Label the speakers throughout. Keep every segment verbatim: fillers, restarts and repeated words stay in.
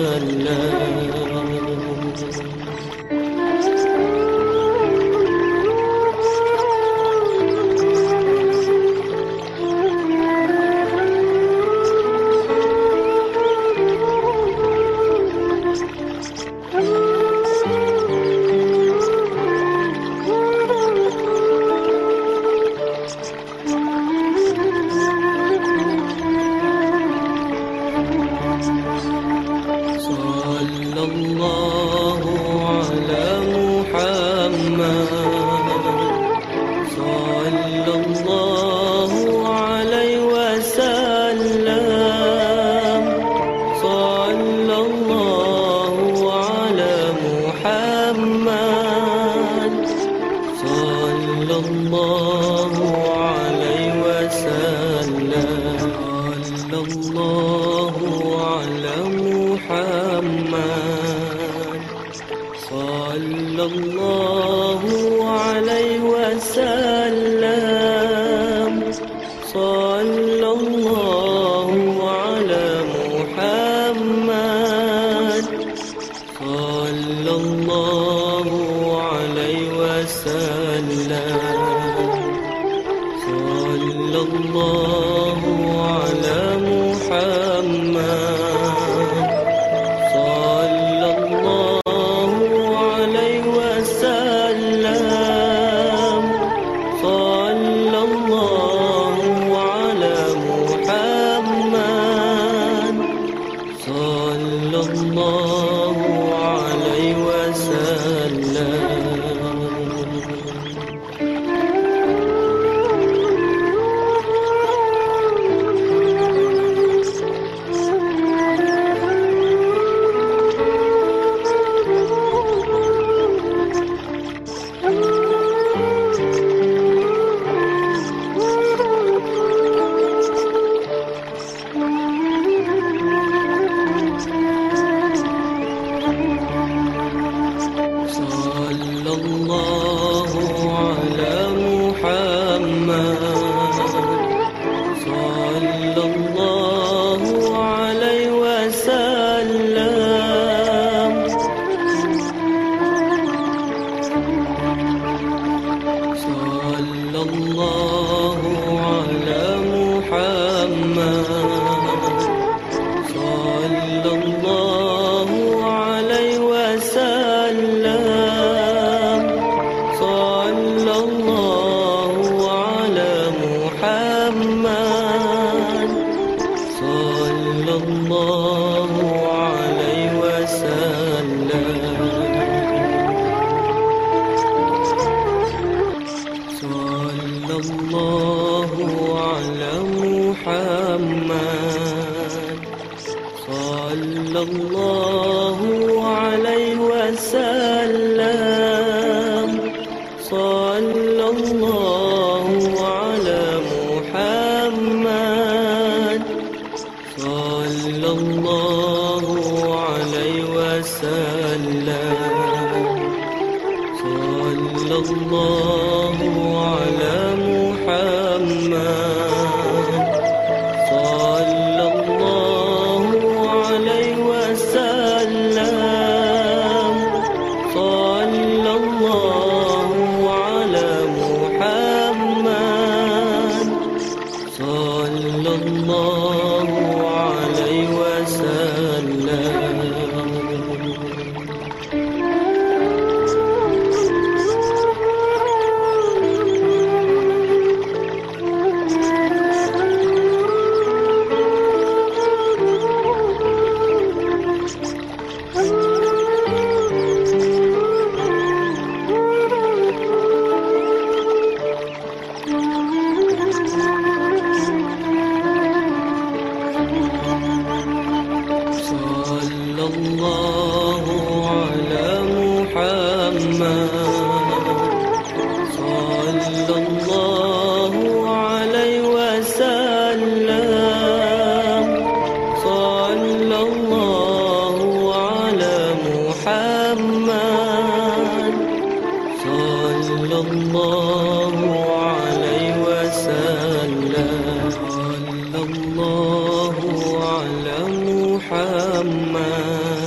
Speaker 1: صلى الله على محمد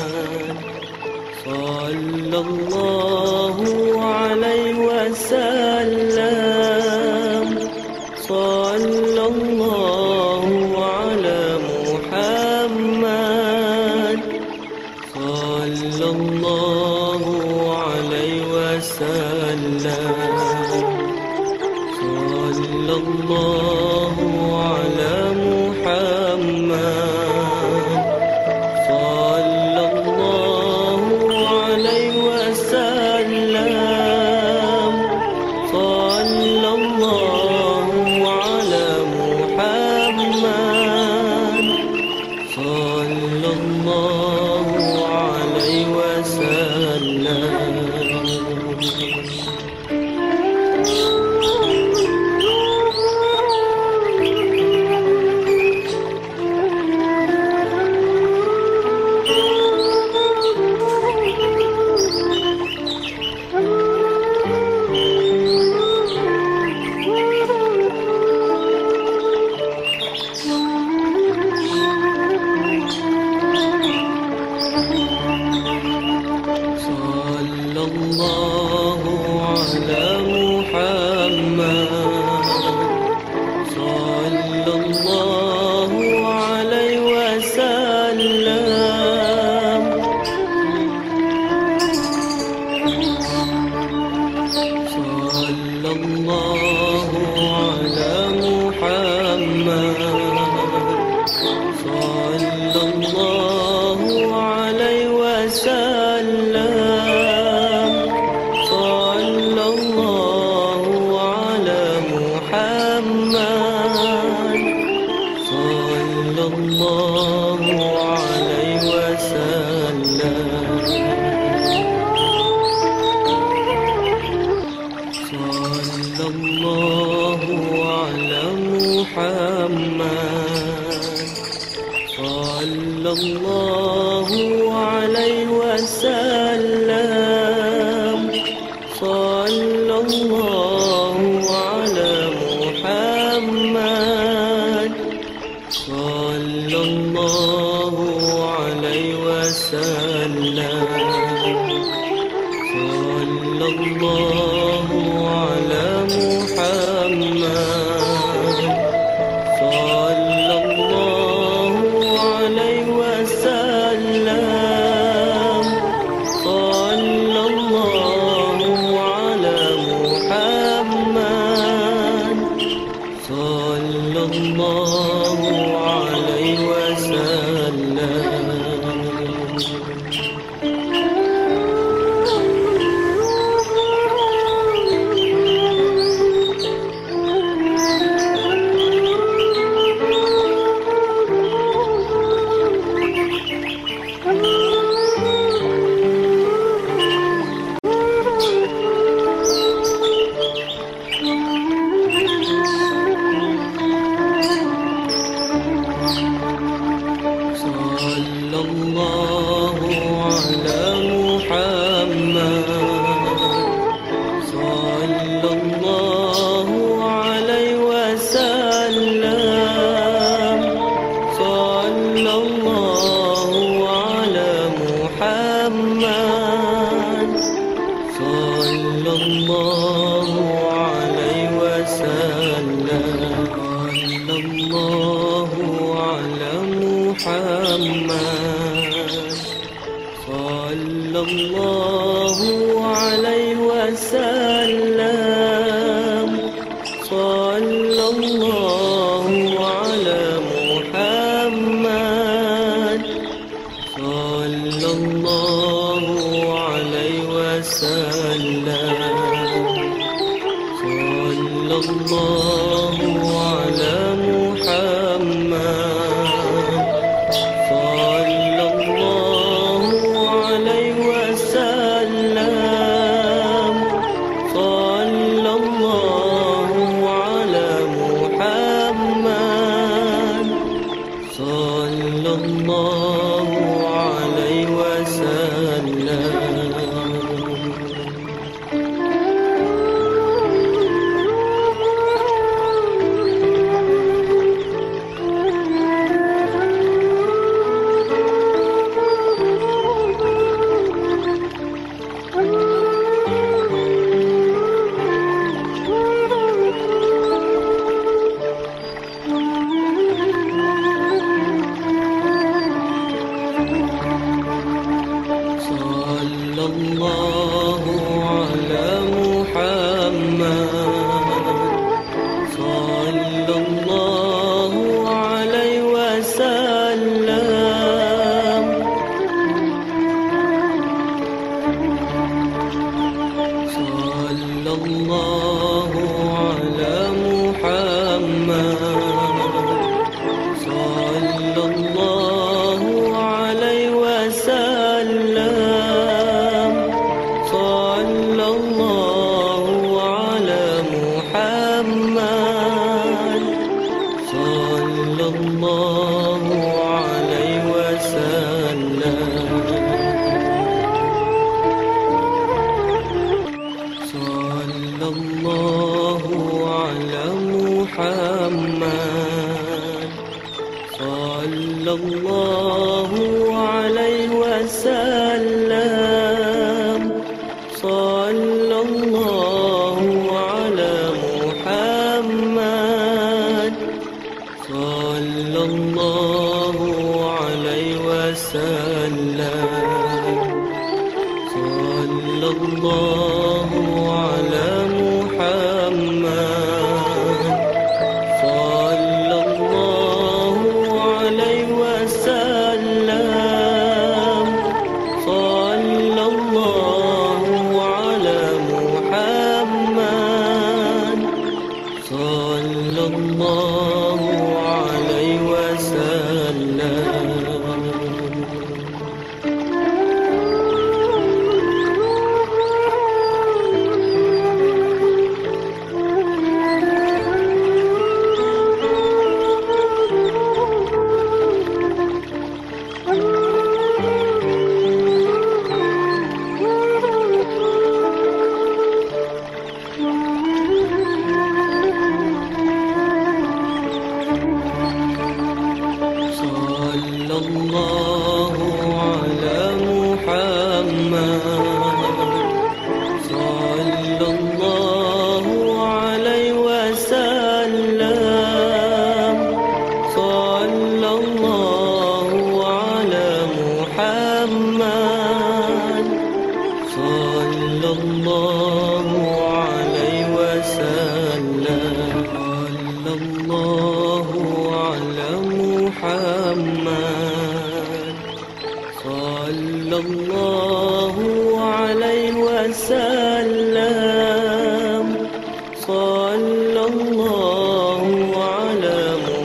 Speaker 1: الله عليه وسلم. صلى الله على محمد. صلى الله عليه وسلم. صلى الله على محمد. صلى الله عليه وسلم. صلى الله على محمد. صلى الله عليه وسلم. صلى الله على محمد. صلى الله عليه وسلم. صلى الله على محمد. صلى الله عليه وسلم. صلى الله على محمد. صلى الله عليه وسلم. صلى الله على محمد. صلى الله عليه وسلم. صلى الله على محمد. صلى الله عليه وسلم. صلى الله على محمد. صلى الله عليه وسلم. صلى الله على محمد. صلى الله عليه وسلم. صلى الله على محمد. صلى الله عليه وسلم. صلى الله على محمد. صلى الله عليه وسلم. صلى الله على محمد. صلى الله عليه وسلم. صلى الله على محمد. صلى الله عليه وسلم. صلى الله على محمد. صلى الله عليه وسلم. صلى الله على محمد. صلى الله عليه وسلم. الله على محمد صلى الله عليه وسلم صلى الله على محمد صلى الله عليه وسلم. صلى الله على محمد صلى الله عليه وسلم صلى الله على محمد صلى الله عليه وسلم صلى الله على محمد صلى الله عليه وسلم صلى الله على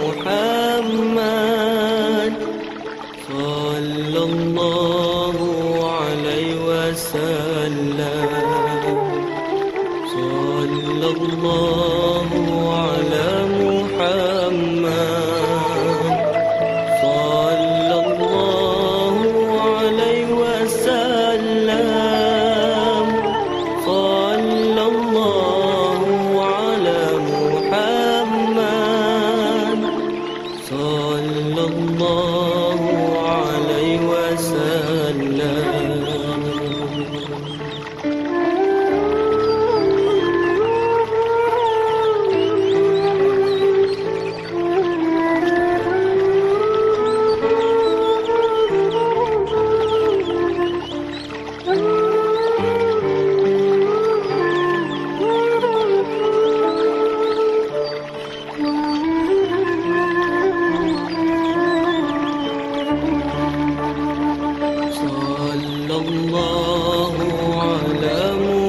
Speaker 1: محمد صلى الله عليه وسلم صلى الله على محمد صلى الله عليه وسلم صلى الله على محمد صلى الله عليه وسلم. صلى الله على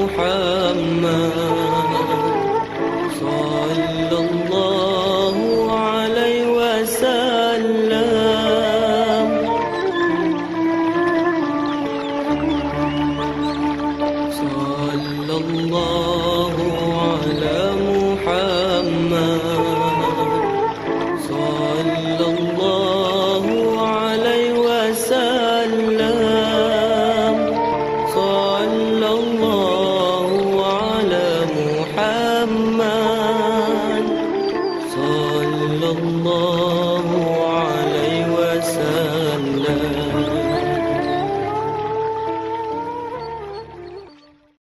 Speaker 1: محمد صلى الله عليه وسلم صلى الله على محمد صلى الله عليه وسلم صلى الله على محمد صلى الله